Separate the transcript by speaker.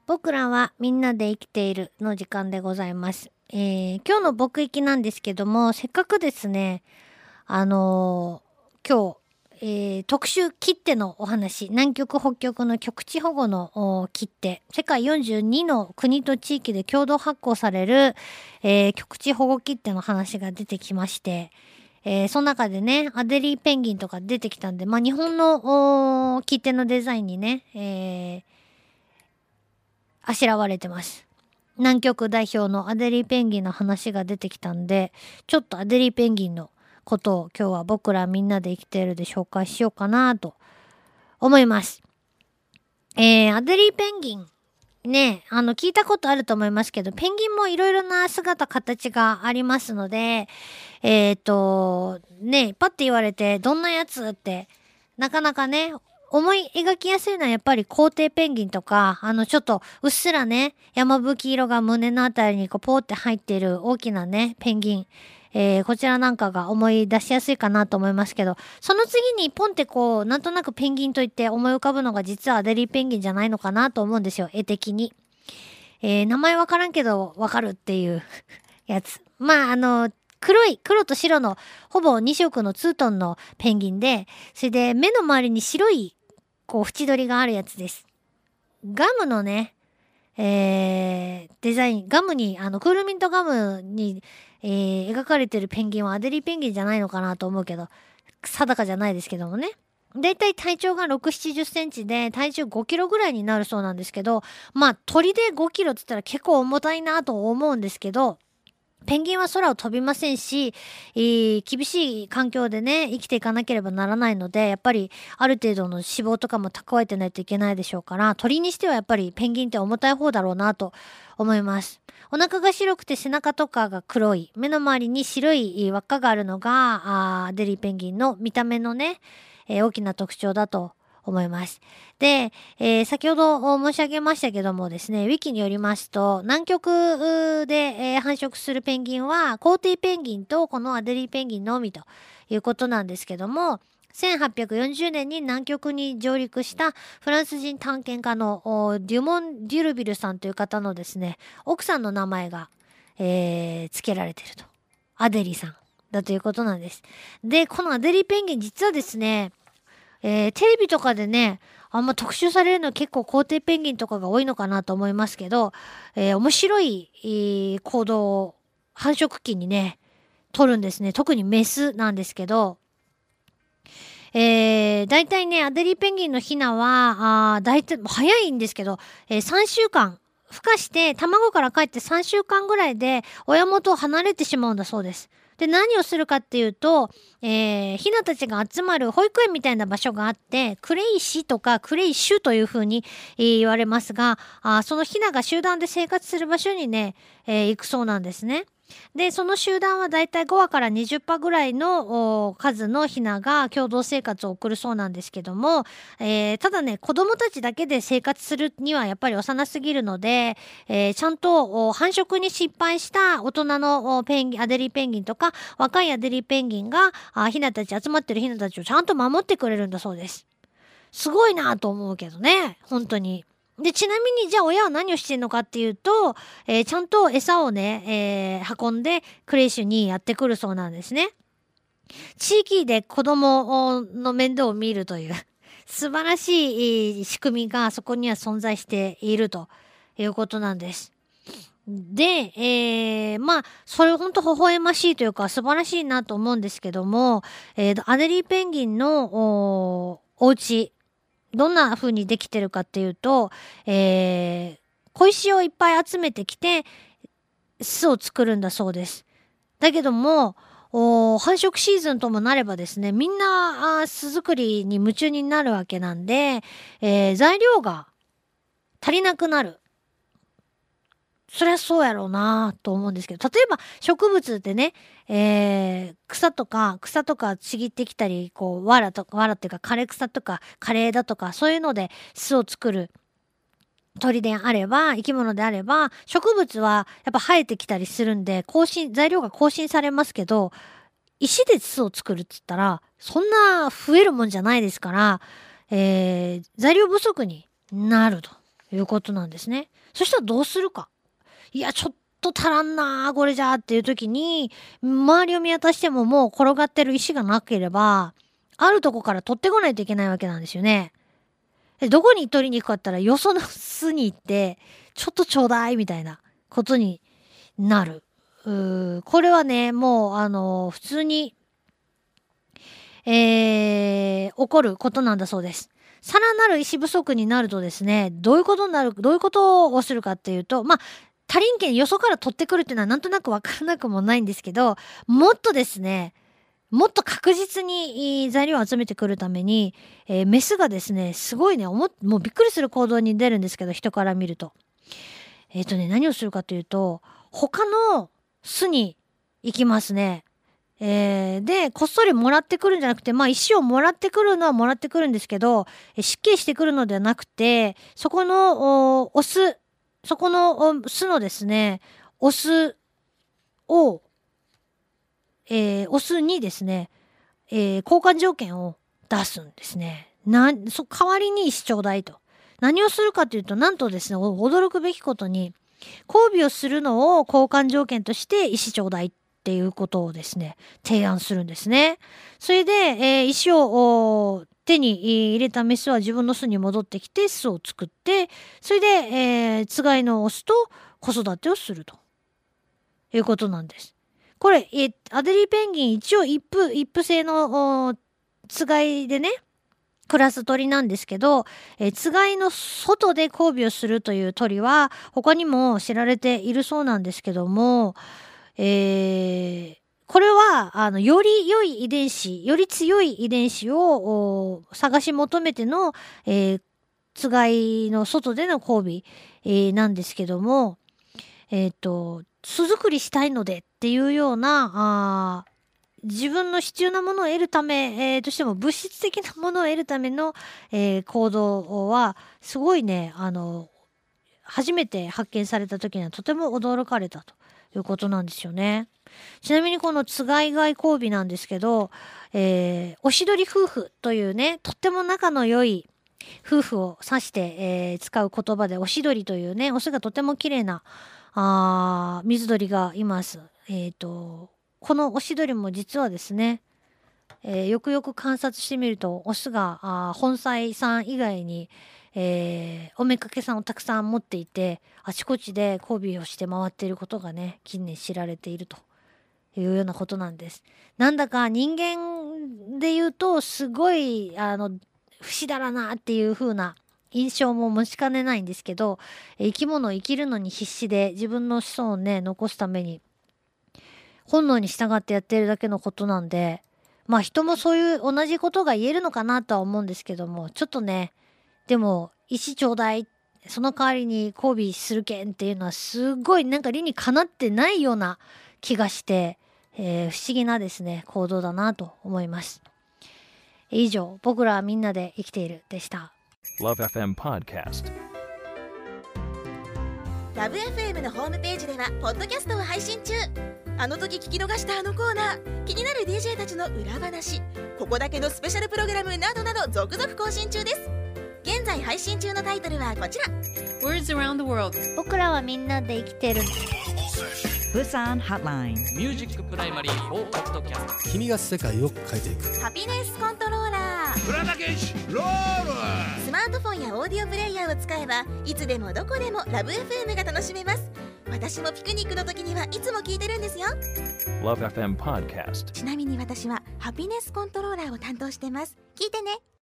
Speaker 1: 僕らはみんなで生きているの時間でございます。今日の僕行きなんですけども、せっかくですね、今日、特集切手のお話、南極北極の極地保護の切手、世界42の国と地域で共同発行される、極地保護切手の話が出てきまして、その中でね、アデリーペンギンとか出てきたんで、日本の切手のデザインにね、あしらわれてます。南極代表のアデリーペンギンの話が出てきたんで、ちょっとアデリーペンギンのことを今日は僕らみんなで生きているで紹介しようかなと思います。アデリーペンギンね、聞いたことあると思いますけど、ペンギンもいろいろな姿、形がありますので、パッて言われて、どんなやつって、なかなかね、思い描きやすいのはやっぱり皇帝ペンギンとか、ちょっとうっすらね、山吹色が胸のあたりにこうポーって入っている大きなね、ペンギン。こちらなんかが思い出しやすいかなと思いますけど、その次にポンってこう、なんとなくペンギンといって思い浮かぶのが実はアデリーペンギンじゃないのかなと思うんですよ、絵的に。名前わからんけどわかるっていうやつ。黒と白のほぼ2色のツートンのペンギンで、それで目の周りに白いこう縁取りがあるやつです。ガムのね、デザイン、ガムに、クールミントガムに、描かれてるペンギンはアデリーペンギンじゃないのかなと思うけど、定かじゃないですけどもね。だいたい体長が6、70センチで体重5キロぐらいになるそうなんですけど、鳥で5キロって言ったら結構重たいなと思うんですけど、ペンギンは空を飛びませんし、厳しい環境でね、生きていかなければならないので、やっぱりある程度の脂肪とかも蓄えてないといけないでしょうから、鳥にしてはやっぱりペンギンって重たい方だろうなと思います。お腹が白くて背中とかが黒い、目の周りに白い輪っかがあるのが、アデリーペンギンの見た目のね、大きな特徴だと思います。で、先ほど申し上げましたけどもですね、ウィキによりますと、南極で、繁殖するペンギンは、皇帝ペンギンとこのアデリーペンギンのみということなんですけども、1840年に南極に上陸したフランス人探検家のデュモン・デュルビルさんという方のですね、奥さんの名前が、付けられていると。アデリさんだということなんです。で、このアデリーペンギン実はですね、テレビとかでね、あんま特集されるの結構皇帝ペンギンとかが多いのかなと思いますけど、面白い、行動を繁殖期にね、取るんですね。特にメスなんですけど、大体ね、アデリーペンギンのヒナは、大体、早いんですけど、3週間、孵化して卵から帰って3週間ぐらいで親元を離れてしまうんだそうです。で、何をするかっていうと、ヒナたちが集まる保育園みたいな場所があって、クレイシとかクレイシュというふうに、言われますが、そのヒナが集団で生活する場所にね、行くそうなんですね。で、その集団はだいたい5羽から20羽ぐらいの数のヒナが共同生活を送るそうなんですけども、ただね、子供たちだけで生活するにはやっぱり幼すぎるので、ちゃんと繁殖に失敗した大人のペンギン、アデリーペンギンとか若いアデリーペンギンがヒナたち、集まってるヒナたちをちゃんと守ってくれるんだそうです。すごいなと思うけどね、本当に。で、ちなみに、じゃあ親は何をしてんのかっていうと、ちゃんと餌をね、運んでクレイシュにやってくるそうなんですね。地域で子供の面倒を見るという素晴らしい仕組みがそこには存在しているということなんです。で、それほんと微笑ましいというか素晴らしいなと思うんですけども、アデリーペンギンのお家、どんな風にできてるかっていうと、小石をいっぱい集めてきて、巣を作るんだそうです。だけども、繁殖シーズンともなればですね、みんな巣作りに夢中になるわけなんで、材料が足りなくなる。そりゃそうやろうなと思うんですけど、例えば植物ってね、草とかちぎってきたり、こう、藁っていうか枯れ草とか枯れ枝とかそういうので巣を作る鳥であれば、生き物であれば、植物はやっぱ生えてきたりするんで、材料が更新されますけど、石で巣を作るって言ったら、そんな増えるもんじゃないですから、材料不足になるということなんですね。そしたらどうするか。いや、ちょっと足らんなこれじゃあっていう時に、周りを見渡してももう転がってる石がなければ、あるとこから取ってこないといけないわけなんですよね。どこに取りに行くかって言ったら、よその巣に行って、ちょっとちょうだいみたいなことになる。これはね、もう、普通に、起こることなんだそうです。さらなる石不足になるとですね、どういうことをするかっていうと、足りんけんよそから取ってくるっていうのはなんとなくわからなくもないんですけど、もっとですね、もっと確実に材料を集めてくるために、メスがですね、すごいね、もうびっくりする行動に出るんですけど、人から見ると。何をするかというと、他の巣に行きますね。で、こっそりもらってくるんじゃなくて、石をもらってくるのはもらってくるんですけど、失敬してくるのではなくて、そこの巣のですね、オスにですね、交換条件を出すんですね。代わりに石ちょうだいと。何をするかというと、なんとですね、驚くべきことに、交尾をするのを交換条件として石ちょうだいっていうことをですね、提案するんですね。それで、石を手に入れたメスは自分の巣に戻ってきて巣を作って、それで、つがいのオスと子育てをするということなんです。これ、アデリーペンギン一応一夫制のつがいでね、暮らす鳥なんですけど、つがいの外で交尾をするという鳥は他にも知られているそうなんですけども、これは、より良い遺伝子、より強い遺伝子を探し求めての、つがいの外での交尾、なんですけども、巣作りしたいのでっていうような、自分の必要なものを得るため、としても物質的なものを得るための、行動はすごいね、初めて発見された時にはとても驚かれたということなんですよね。ちなみにこのつがいがい交尾なんですけど、おしどり夫婦というね、とっても仲の良い夫婦を指して、使う言葉でおしどりというね、オスがとても綺麗な水鳥がいます。このオシドリも実はですね、よくよく観察してみるとオスが本妻さん以外に、おめかけさんをたくさん持っていて、あちこちで交尾をして回っていることがね、近年知られているというようなことなんです。なんだか人間で言うとすごい不死だらなっていう風な印象も持ちかねないんですけど、生き物を生きるのに必死で自分の子孫をね残すために本能に従ってやってるだけのことなんで、人もそういう同じことが言えるのかなとは思うんですけども、ちょっとね、でも石ちょうだい、その代わりに交尾するけんっていうのはすごいなんか理にかなってないような気がして、不思議なですね行動だなと思います。以上、僕らはみんなで生きているでした。
Speaker 2: LoveFM Podcast。
Speaker 3: LoveFM のホームページではポッドキャストを配信中。あの時聞き逃したあのコーナー、気になる DJ たちの裏話、ここだけのスペシャルプログラムなどなど続々更新中です。現在配信中のタイトルはこちら。
Speaker 4: Words around the world。
Speaker 1: 僕らはみんなで生きてる。
Speaker 5: Busan Hotline。
Speaker 4: ミュージックプライマリー4ポッドキャスト。
Speaker 6: 君が世界を変えていく。
Speaker 3: ハピネスコントローラー。
Speaker 7: 浦田健志ロール。
Speaker 3: スマートフォンやオーディオプレイヤーを使えばいつでもどこでもラブ FM が楽しめます。私もピクニックの時にはいつも聞いてるんですよ。
Speaker 2: LoveFM Podcast。
Speaker 3: ちなみに私はハピネスコントローラーを担当してます。聞いてね。